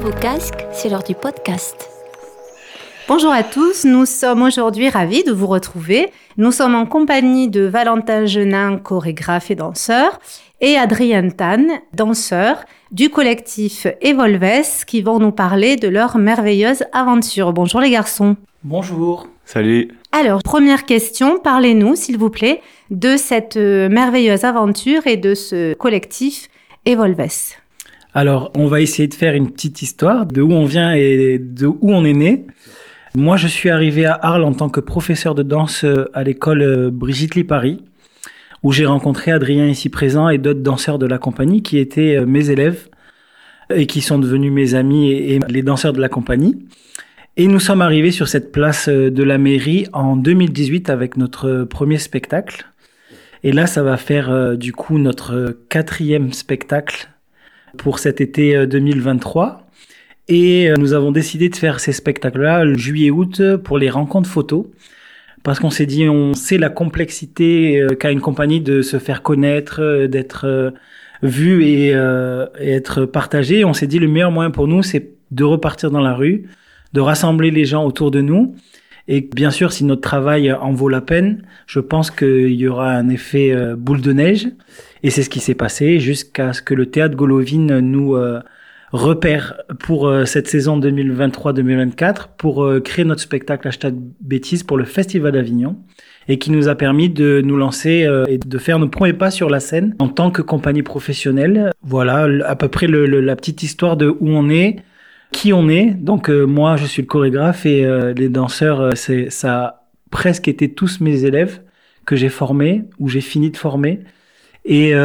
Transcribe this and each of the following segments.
vos casques, c'est l'heure du podcast. Bonjour à tous, nous sommes aujourd'hui ravis de vous retrouver. Nous sommes en compagnie de Valentin Genin, chorégraphe et danseur, et Adrien Tan, danseur du collectif Evolves, qui vont nous parler de leur merveilleuse aventure. Bonjour les garçons. Bonjour. Salut. Alors, première question, parlez-nous s'il vous plaît de cette merveilleuse aventure et de ce collectif Evolves. Alors, on va essayer de faire une petite histoire de où on vient et de où on est né. Moi, je suis arrivé à Arles en tant que professeur de danse à l'école Brigitte Lipari, où j'ai rencontré Adrien ici présent et d'autres danseurs de la compagnie qui étaient mes élèves et qui sont devenus mes amis et les danseurs de la compagnie. Et nous sommes arrivés sur cette place de la mairie en 2018 avec notre premier spectacle. Et là, ça va faire du coup notre 4e spectacle pour cet été 2023. Et nous avons décidé de faire ces spectacles-là le juillet-août pour les rencontres photos. Parce qu'on s'est dit, on sait la complexité qu'a une compagnie de se faire connaître, d'être vu et être partagé. Et on s'est dit, le meilleur moyen pour nous, c'est de repartir dans la rue, de rassembler les gens autour de nous. Et bien sûr, si notre travail en vaut la peine, je pense qu'il y aura un effet boule de neige. Et c'est ce qui s'est passé jusqu'à ce que le théâtre Golovin nous repère pour cette saison 2023-2024 pour créer notre spectacle Hashtag Bêtise pour le Festival d'Avignon et qui nous a permis de nous lancer et de faire nos premiers pas sur la scène en tant que compagnie professionnelle. Voilà à peu près la petite histoire de où on est, qui on est. Donc moi, je suis le chorégraphe et les danseurs, ça a presque été tous mes élèves que j'ai formés ou j'ai fini de former. Et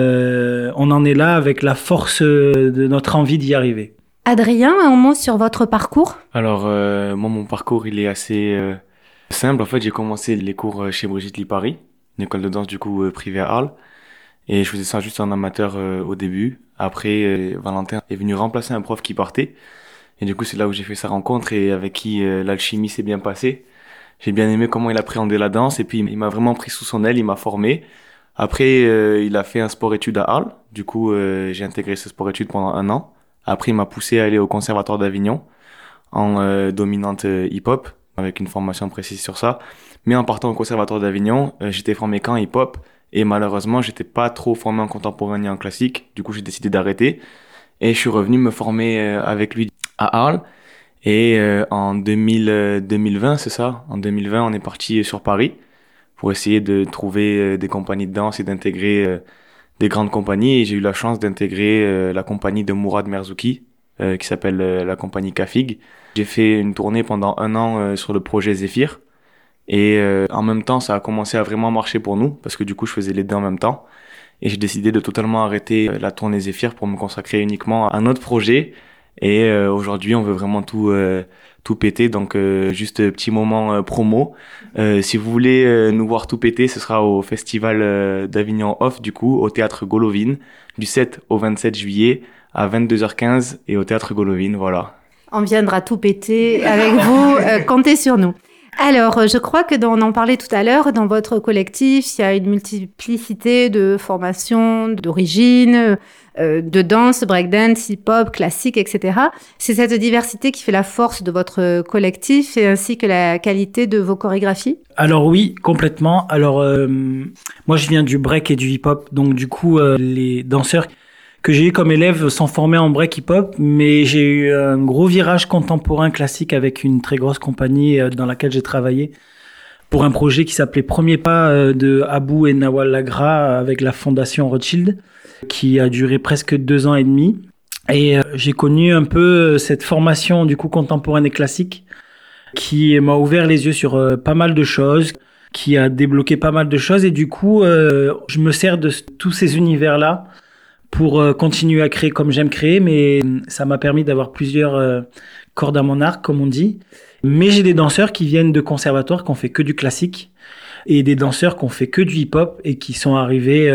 on en est là avec la force de notre envie d'y arriver. Adrien, un mot sur votre parcours ? Alors, moi, mon parcours, il est assez simple. En fait, j'ai commencé les cours chez Brigitte Lipari, une école de danse du coup privée à Arles. Et je faisais ça juste en amateur au début. Après, Valentin est venu remplacer un prof qui partait. Et du coup, c'est là où j'ai fait sa rencontre et avec qui l'alchimie s'est bien passée. J'ai bien aimé comment il appréhendait la danse et puis il m'a vraiment pris sous son aile, il m'a formé. Après, il a fait un sport-études à Arles. Du coup, j'ai intégré ce sport-études pendant 1 an. Après, il m'a poussé à aller au Conservatoire d'Avignon en dominante hip-hop, avec une formation précise sur ça. Mais en partant au Conservatoire d'Avignon, j'étais formé qu'en hip-hop. Et malheureusement, j'étais pas trop formé en contemporain ni en classique. Du coup, j'ai décidé d'arrêter. Et je suis revenu me former avec lui à Arles. Et en 2020, c'est ça. En 2020, on est parti sur Paris pour essayer de trouver des compagnies de danse et d'intégrer des grandes compagnies. Et j'ai eu la chance d'intégrer la compagnie de Mourad Merzouki, qui s'appelle la compagnie Cafig. J'ai fait une tournée pendant 1 an sur le projet Zéphyr. Et en même temps, ça a commencé à vraiment marcher pour nous, parce que du coup, je faisais les deux en même temps. Et j'ai décidé de totalement arrêter la tournée Zéphyr pour me consacrer uniquement à un autre projet. Et aujourd'hui, on veut vraiment tout péter. Donc, juste petit moment promo. Si vous voulez nous voir tout péter, ce sera au Festival d'Avignon Off, du coup, au Théâtre Golovin, du 7 au 27 juillet, à 22h15, et au Théâtre Golovin, voilà. On viendra tout péter avec vous, comptez sur nous. Alors, je crois que on en parlait tout à l'heure, dans votre collectif, il y a une multiplicité de formations, d'origine, de danse, breakdance, hip-hop, classique, etc. C'est cette diversité qui fait la force de votre collectif et ainsi que la qualité de vos chorégraphies ? Alors oui, complètement. Alors, moi, je viens du break et du hip-hop. Donc, du coup, les danseurs que j'ai eu comme élèves sont formés en break hip-hop, mais j'ai eu un gros virage contemporain classique avec une très grosse compagnie dans laquelle j'ai travaillé pour un projet qui s'appelait Premier Pas de Abou et Nawal Lagra avec la fondation Rothschild, qui a duré presque 2 ans et demi. Et j'ai connu un peu cette formation du coup contemporaine et classique qui m'a ouvert les yeux sur pas mal de choses, qui a débloqué pas mal de choses. Et du coup, je me sers de tous ces univers-là pour continuer à créer comme j'aime créer, mais ça m'a permis d'avoir plusieurs cordes à mon arc, comme on dit. Mais j'ai des danseurs qui viennent de conservatoires, qui ont fait que du classique, et des danseurs qui ont fait que du hip-hop, et qui sont arrivés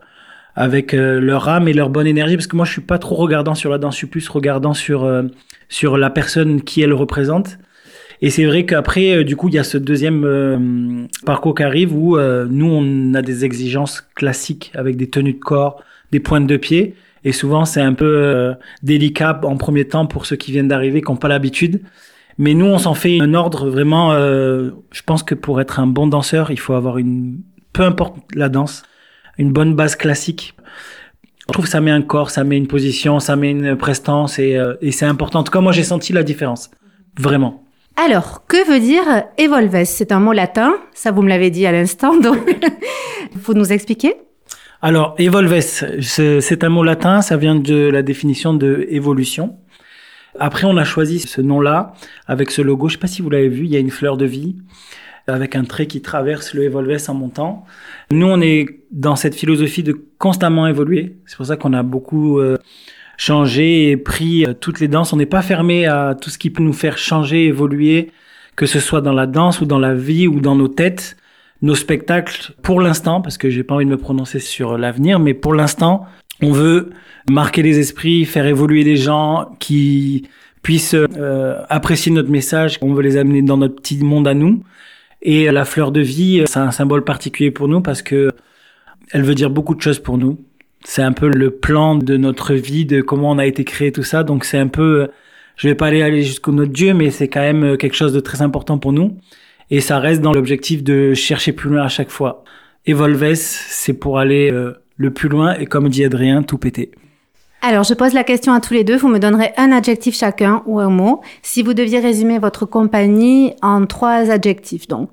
avec leur âme et leur bonne énergie, parce que moi je suis pas trop regardant sur la danse, je suis plus regardant sur la personne qui elle représente. Et c'est vrai qu'après, du coup, il y a ce deuxième parcours qui arrive où nous, on a des exigences classiques avec des tenues de corps, des pointes de pied. Et souvent, c'est un peu délicat en premier temps pour ceux qui viennent d'arriver, qui n'ont pas l'habitude. Mais nous, on s'en fait un ordre vraiment. Je pense que pour être un bon danseur, il faut avoir peu importe la danse, une bonne base classique. Je trouve que ça met un corps, ça met une position, ça met une prestance et c'est important. En tout cas, moi, j'ai senti la différence. Vraiment. Alors, que veut dire evolves? C'est un mot latin, ça vous me l'avez dit à l'instant, donc faut nous expliquer? Alors, evolves, c'est un mot latin, ça vient de la définition de évolution. Après, on a choisi ce nom-là avec ce logo. Je sais pas si vous l'avez vu, il y a une fleur de vie avec un trait qui traverse le evolves en montant. Nous, on est dans cette philosophie de constamment évoluer. C'est pour ça qu'on a beaucoup changé et pris toutes les danses. On n'est pas fermé à tout ce qui peut nous faire changer, évoluer, que ce soit dans la danse ou dans la vie ou dans nos têtes. Nos spectacles, pour l'instant, parce que j'ai pas envie de me prononcer sur l'avenir, mais pour l'instant, on veut marquer les esprits, faire évoluer les gens qui puissent apprécier notre message. On veut les amener dans notre petit monde à nous. Et la fleur de vie, c'est un symbole particulier pour nous parce que elle veut dire beaucoup de choses pour nous. C'est un peu le plan de notre vie, de comment on a été créé, tout ça. Donc c'est un peu, je vais pas aller jusqu'au notre Dieu, mais c'est quand même quelque chose de très important pour nous. Et ça reste dans l'objectif de chercher plus loin à chaque fois. Evolves, c'est pour aller le plus loin et comme dit Adrien, tout péter. Alors, je pose la question à tous les deux. Vous me donnerez un adjectif chacun ou un mot. Si vous deviez résumer votre compagnie en 3 adjectifs, donc.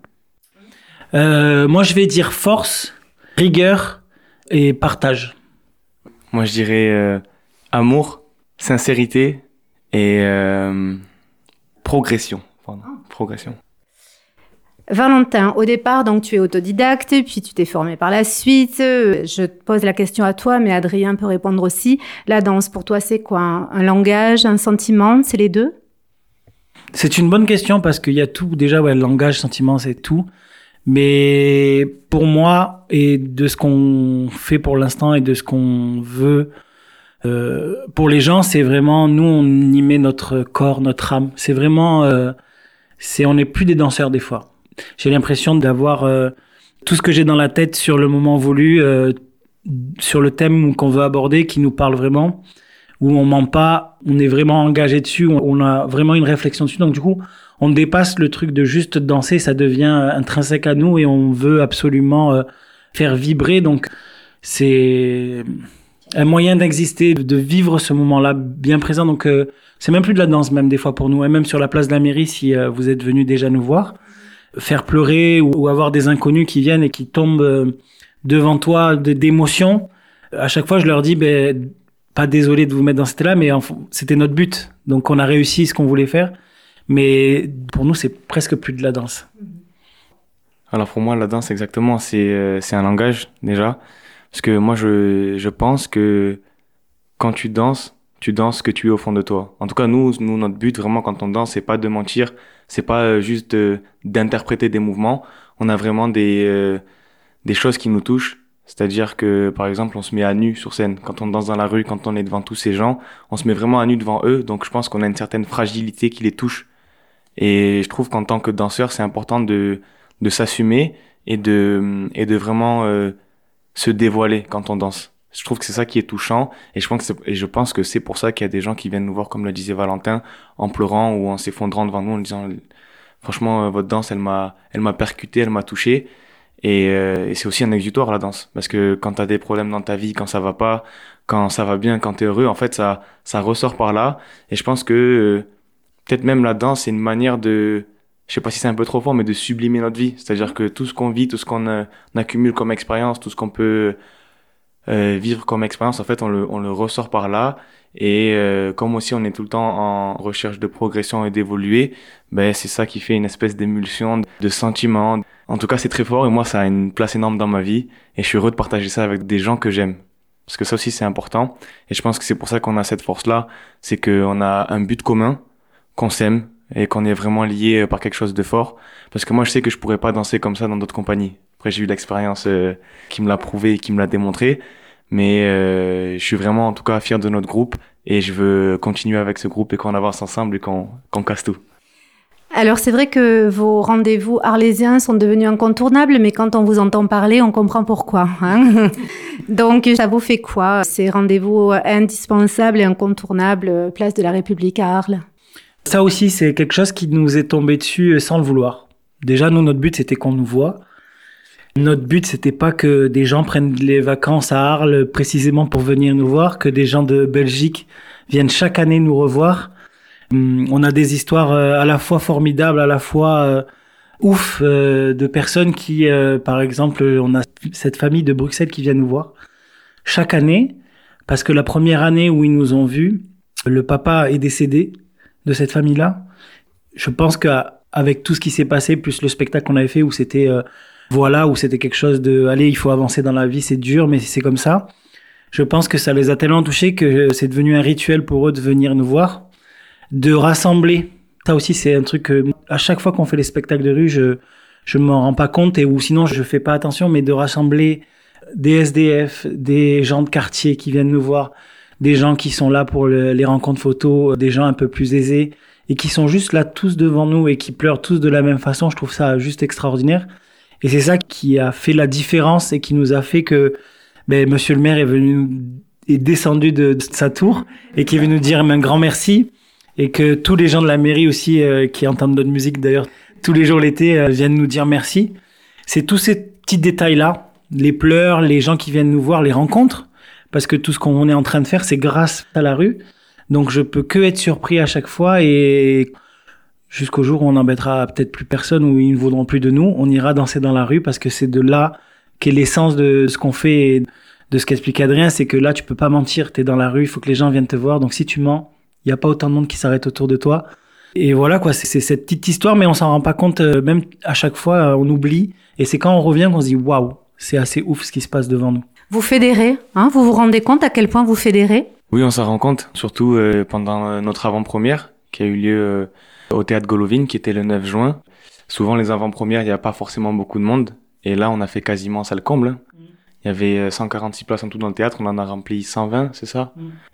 Moi, je vais dire force, rigueur et partage. Moi, je dirais amour, sincérité et progression. Pardon. Progression. Valentin, au départ, donc tu es autodidacte, puis tu t'es formé par la suite. Je te pose la question à toi, mais Adrien peut répondre aussi. La danse, pour toi, c'est quoi? Un langage, un sentiment? C'est les deux? C'est une bonne question parce qu'il y a tout. Déjà, ouais, le langage, sentiment, c'est tout. Mais pour moi, et de ce qu'on fait pour l'instant et de ce qu'on veut pour les gens, c'est vraiment, nous, on y met notre corps, notre âme. C'est vraiment, on n'est plus des danseurs des fois. J'ai l'impression d'avoir tout ce que j'ai dans la tête sur le moment voulu, sur le thème qu'on veut aborder, qui nous parle vraiment, où on ment pas, on est vraiment engagé dessus, on a vraiment une réflexion dessus. Donc du coup, on dépasse le truc de juste danser, ça devient intrinsèque à nous et on veut absolument faire vibrer. Donc c'est un moyen d'exister, de vivre ce moment-là bien présent. Donc c'est même plus de la danse même des fois pour nous, et même sur la place de la mairie si vous êtes venus déjà nous voir. Faire pleurer ou avoir des inconnus qui viennent et qui tombent devant toi d'émotions. À chaque fois, je leur dis, pas désolé de vous mettre dans cet état, mais c'était notre but. Donc, on a réussi ce qu'on voulait faire. Mais pour nous, c'est presque plus de la danse. Alors pour moi, la danse, exactement, c'est un langage déjà. Parce que moi, je pense que quand tu danses ce que tu es au fond de toi. En tout cas, nous, notre but vraiment quand on danse, c'est pas de mentir, c'est pas juste d'interpréter des mouvements. On a vraiment des choses qui nous touchent. C'est-à-dire que, par exemple, on se met à nu sur scène. Quand on danse dans la rue, quand on est devant tous ces gens, on se met vraiment à nu devant eux. Donc, je pense qu'on a une certaine fragilité qui les touche. Et je trouve qu'en tant que danseur, c'est important de s'assumer et de vraiment se dévoiler quand on danse. Je trouve que c'est ça qui est touchant et je pense que c'est pour ça qu'il y a des gens qui viennent nous voir, comme le disait Valentin, en pleurant ou en s'effondrant devant nous en disant franchement votre danse elle m'a percuté, elle m'a touché et c'est aussi un exutoire la danse parce que quand t'as des problèmes dans ta vie, quand ça va pas, quand ça va bien, quand t'es heureux, en fait ça ressort par là et je pense que peut-être même la danse c'est une manière de, je sais pas si c'est un peu trop fort, mais de sublimer notre vie, c'est-à-dire que tout ce qu'on vit, tout ce qu'on accumule comme expérience, tout ce qu'on peut vivre comme expérience, en fait, on le ressort par là. Et comme aussi on est tout le temps en recherche de progression et d'évoluer, c'est ça qui fait une espèce d'émulsion de sentiments. En tout cas, c'est très fort et moi, ça a une place énorme dans ma vie. Et je suis heureux de partager ça avec des gens que j'aime. Parce que ça aussi, c'est important. Et je pense que c'est pour ça qu'on a cette force-là. C'est qu'on a un but commun, qu'on s'aime et qu'on est vraiment liés par quelque chose de fort. Parce que moi, je sais que je pourrais pas danser comme ça dans d'autres compagnies. Après, j'ai eu l'expérience qui me l'a prouvé et qui me l'a démontré. Mais je suis vraiment, en tout cas, fier de notre groupe. Et je veux continuer avec ce groupe et qu'on avance ensemble et qu'on casse tout. Alors c'est vrai que vos rendez-vous arlésiens sont devenus incontournables, mais quand on vous entend parler, on comprend pourquoi. Hein. Donc ça vous fait quoi, ces rendez-vous indispensables et incontournables, place de la République à Arles? Ça aussi, c'est quelque chose qui nous est tombé dessus sans le vouloir. Déjà, nous, notre but, c'était qu'on nous voit. Notre but, c'était pas que des gens prennent les vacances à Arles précisément pour venir nous voir, que des gens de Belgique viennent chaque année nous revoir. On a des histoires à la fois formidables, à la fois ouf, de personnes qui, par exemple, on a cette famille de Bruxelles qui vient nous voir chaque année, parce que la première année où ils nous ont vus, le papa est décédé de cette famille-là. Je pense qu'avec tout ce qui s'est passé, plus le spectacle qu'on avait fait où c'était où c'était quelque chose de allez, il faut avancer dans la vie, c'est dur, mais c'est comme ça. Je pense que ça les a tellement touchés que c'est devenu un rituel pour eux de venir nous voir, de rassembler. Ça aussi, c'est un truc que, à chaque fois qu'on fait les spectacles de rue, je m'en rends pas compte ou sinon je fais pas attention, mais de rassembler des SDF, des gens de quartier qui viennent nous voir, des gens qui sont là pour les rencontres photos, des gens un peu plus aisés et qui sont juste là tous devant nous et qui pleurent tous de la même façon. Je trouve ça juste extraordinaire. Et c'est ça qui a fait la différence et qui nous a fait que Monsieur le maire est descendu de sa tour et qui est venu nous dire un grand merci et que tous les gens de la mairie aussi qui entendent notre musique d'ailleurs tous les jours l'été viennent nous dire merci. C'est tous ces petits détails-là, les pleurs, les gens qui viennent nous voir, les rencontres. Parce que tout ce qu'on est en train de faire, c'est grâce à la rue. Donc, je peux que être surpris à chaque fois et jusqu'au jour où on n'embêtera peut-être plus personne, où ils ne voudront plus de nous, on ira danser dans la rue parce que c'est de là qu'est l'essence de ce qu'on fait et de ce qu'explique Adrien, c'est que là, tu peux pas mentir. T'es dans la rue, il faut que les gens viennent te voir. Donc, si tu mens, il y a pas autant de monde qui s'arrête autour de toi. Et voilà, quoi, c'est cette petite histoire, mais on s'en rend pas compte, même à chaque fois, on oublie. Et c'est quand on revient qu'on se dit, waouh, c'est assez ouf ce qui se passe devant nous. Vous fédérez, hein? Vous vous rendez compte à quel point vous fédérez? Oui, on s'en rend compte, surtout pendant notre avant-première qui a eu lieu au Théâtre Golovine, qui était le 9 juin. Souvent, les avant-premières, il n'y a pas forcément beaucoup de monde. Et là, on a fait quasiment salle comble. Il y avait 146 places en tout dans le théâtre, on en a rempli 120, c'est ça?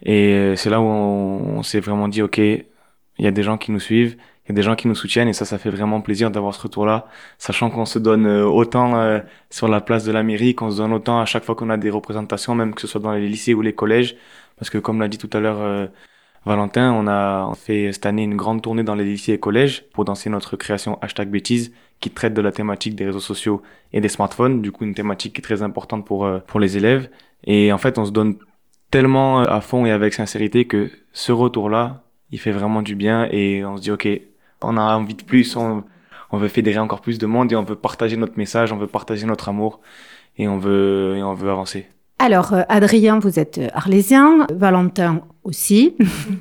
Et c'est là où on s'est vraiment dit, ok, il y a des gens qui nous suivent, il y a des gens qui nous soutiennent, et ça fait vraiment plaisir d'avoir ce retour-là, sachant qu'on se donne autant sur la place de la mairie, qu'on se donne autant à chaque fois qu'on a des représentations, même que ce soit dans les lycées ou les collèges, parce que comme l'a dit tout à l'heure Valentin, on a fait cette année une grande tournée dans les lycées et collèges pour danser notre création #bêtise, qui traite de la thématique des réseaux sociaux et des smartphones, du coup une thématique qui est très importante pour les élèves. Et en fait, on se donne tellement à fond et avec sincérité que ce retour-là, il fait vraiment du bien et on se dit, ok, on a envie de plus, on veut fédérer encore plus de monde et on veut partager notre message, on veut partager notre amour et on veut avancer. Alors, Adrien, vous êtes arlésien, Valentin aussi.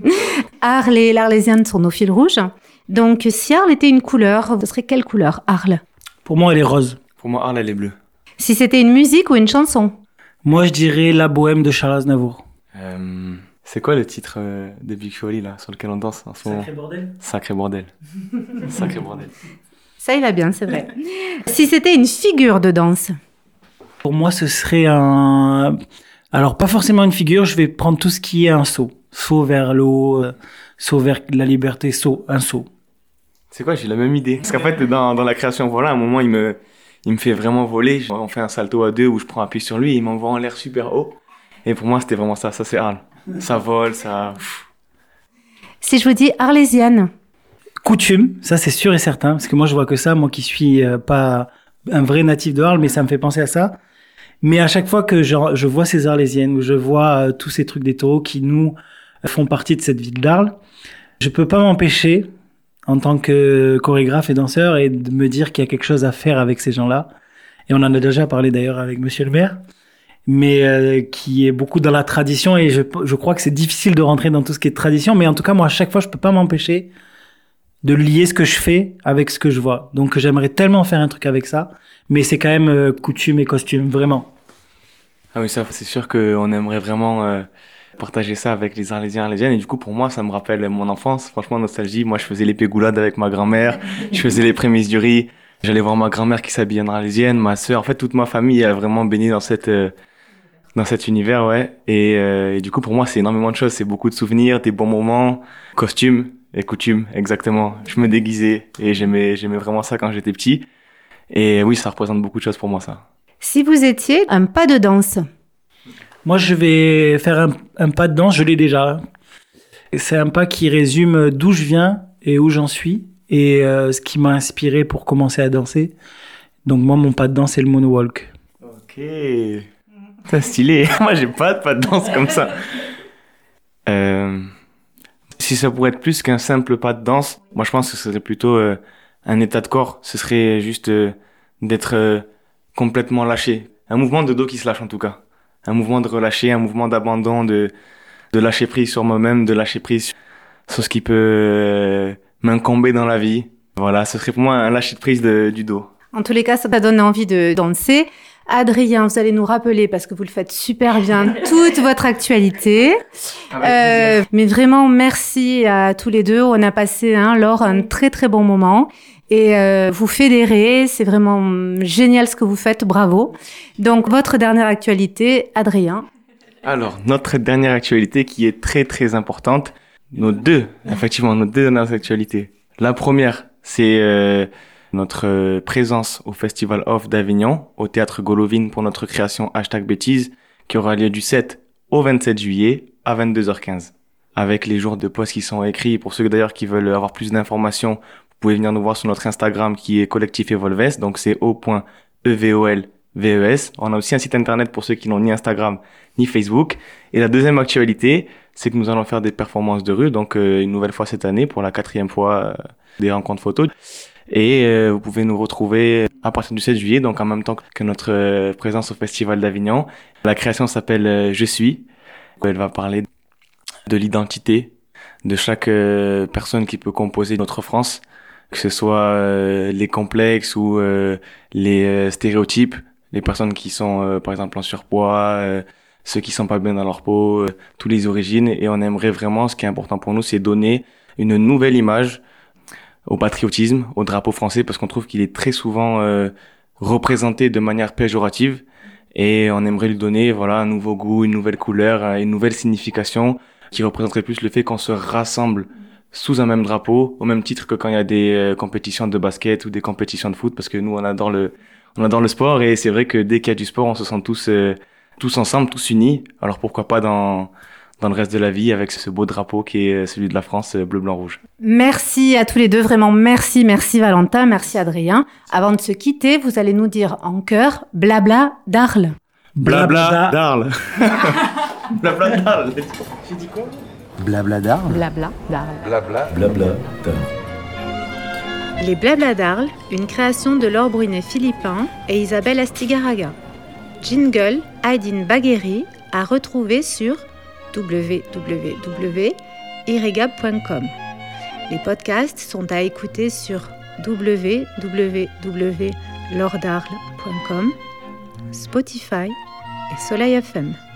Arles et l'Arlésienne sont nos fils rouges. Donc, si Arles était une couleur, ce serait quelle couleur, Arles? Pour moi, elle est rose. Pour moi, Arles, elle est bleue. Si c'était une musique ou une chanson? Moi, je dirais La Bohème de Charles Aznavour. C'est quoi le titre de Big Flo là, sur lequel on danse en ce moment? Sacré bordel. Sacré bordel. Sacré bordel. Ça, il a bien, c'est vrai. Si c'était une figure de danse? Pour moi, ce serait un... Alors, pas forcément une figure, je vais prendre tout ce qui est un saut. Saut vers l'eau, saut vers la liberté, un saut. C'est quoi, j'ai la même idée. Parce qu'en fait, dans la création, voilà, à un moment, il me fait vraiment voler. On fait un salto à deux où je prends appui sur lui et il m'envoie en l'air super haut. Et pour moi, c'était vraiment ça. Ça, c'est Arles. Ça vole, ça... Si je vous dis arlésienne? Coutume, ça c'est sûr et certain. Parce que moi, je vois que ça, moi qui suis pas un vrai natif de Arles, mais ça me fait penser à ça. Mais à chaque fois que je vois ces Arlésiennes, où je vois tous ces trucs des taureaux qui nous font partie de cette ville d'Arles, je peux pas m'empêcher, en tant que chorégraphe et danseur, et de me dire qu'il y a quelque chose à faire avec ces gens-là. Et on en a déjà parlé d'ailleurs avec Monsieur le maire, mais qui est beaucoup dans la tradition, et je crois que c'est difficile de rentrer dans tout ce qui est tradition, mais en tout cas, moi, à chaque fois, je peux pas m'empêcher de lier ce que je fais avec ce que je vois. Donc, j'aimerais tellement faire un truc avec ça, mais c'est quand même coutume et costume, vraiment. Ah oui, ça, c'est sûr qu'on aimerait vraiment partager ça avec les Arlésiens et Arlésiennes. Et du coup, pour moi, ça me rappelle mon enfance. Franchement, nostalgie. Moi, je faisais les pégoulades avec ma grand-mère. Je faisais les prémices du riz. J'allais voir ma grand-mère qui s'habillait en Arlésienne, ma sœur. En fait, toute ma famille a vraiment baigné dans cet univers, ouais. Et du coup, pour moi, c'est énormément de choses. C'est beaucoup de souvenirs, des bons moments, costumes. et coutumes, exactement. Je me déguisais et j'aimais vraiment ça quand j'étais petit. Et oui, ça représente beaucoup de choses pour moi, ça. Si vous étiez un pas de danse? Moi, je vais faire un pas de danse, je l'ai déjà. C'est un pas qui résume d'où je viens et où j'en suis et ce qui m'a inspiré pour commencer à danser. Donc moi, mon pas de danse, c'est le moonwalk. Ok, c'est stylé. Moi, j'ai pas de pas de danse comme ça. Si ça pourrait être plus qu'un simple pas de danse, moi, je pense que ce serait plutôt un état de corps. Ce serait juste d'être complètement lâché. Un mouvement de dos qui se lâche en tout cas. Un mouvement de relâcher, un mouvement d'abandon, de lâcher prise sur moi-même, de lâcher prise sur ce qui peut m'incomber dans la vie. Voilà, ce serait pour moi un lâcher de prise du dos. En tous les cas, ça donne envie de danser. Adrien, vous allez nous rappeler, parce que vous le faites super bien, toute votre actualité. Mais vraiment, merci à tous les deux. On a passé, Laure, un très très bon moment. Et vous fédérez, c'est vraiment génial ce que vous faites, bravo. Donc, votre dernière actualité, Adrien. Alors, notre dernière actualité qui est très très importante, nos deux dernières actualités. La première, c'est notre présence au Festival Off d'Avignon, au Théâtre Golovine pour notre création #Bêtise, qui aura lieu du 7 au 27 juillet à 22h15. Avec les jours de pause qui sont écrits. Pour ceux d'ailleurs qui veulent avoir plus d'informations, vous pouvez venir nous voir sur notre Instagram qui est Collectif Evolves, donc c'est o.evolves. On a aussi un site internet pour ceux qui n'ont ni Instagram ni Facebook. Et la deuxième actualité, c'est que nous allons faire des performances de rue, donc une nouvelle fois cette année, pour la 4e fois, des rencontres photos. Et vous pouvez nous retrouver à partir du 7 juillet, donc en même temps que notre présence au Festival d'Avignon. La création s'appelle Je suis. Elle va parler de l'identité de chaque personne qui peut composer notre France, que ce soit les complexes ou les stéréotypes, les personnes qui sont par exemple en surpoids, ceux qui sont pas bien dans leur peau, toutes les origines. Et on aimerait vraiment, ce qui est important pour nous, c'est donner une nouvelle image au patriotisme, au drapeau français, parce qu'on trouve qu'il est très souvent représenté de manière péjorative, et on aimerait lui donner un nouveau goût, une nouvelle couleur, une nouvelle signification qui représenterait plus le fait qu'on se rassemble sous un même drapeau, au même titre que quand il y a des compétitions de basket ou des compétitions de foot, parce que nous on adore le sport, et c'est vrai que dès qu'il y a du sport, on se sent tous ensemble, tous unis. Alors pourquoi pas dans le reste de la vie avec ce beau drapeau qui est celui de la France, bleu, blanc, rouge. Merci à tous les deux, vraiment merci Valentin, merci Adrien. Avant de se quitter, vous allez nous dire en chœur blabla d'Arles. Blabla d'Arles. Blabla d'Arles. J'ai dit quoi? Blabla d'Arles. Blabla d'Arles. Blabla d'Arles. Les Blabla d'Arles, une création de Laure Brunet-Philippin et Isabelle Astigaraga. Jingle Aydin Bagheri à retrouver sur www.irregab.com. Les podcasts sont à écouter sur www.laurdarles.com, Spotify et Soleil FM.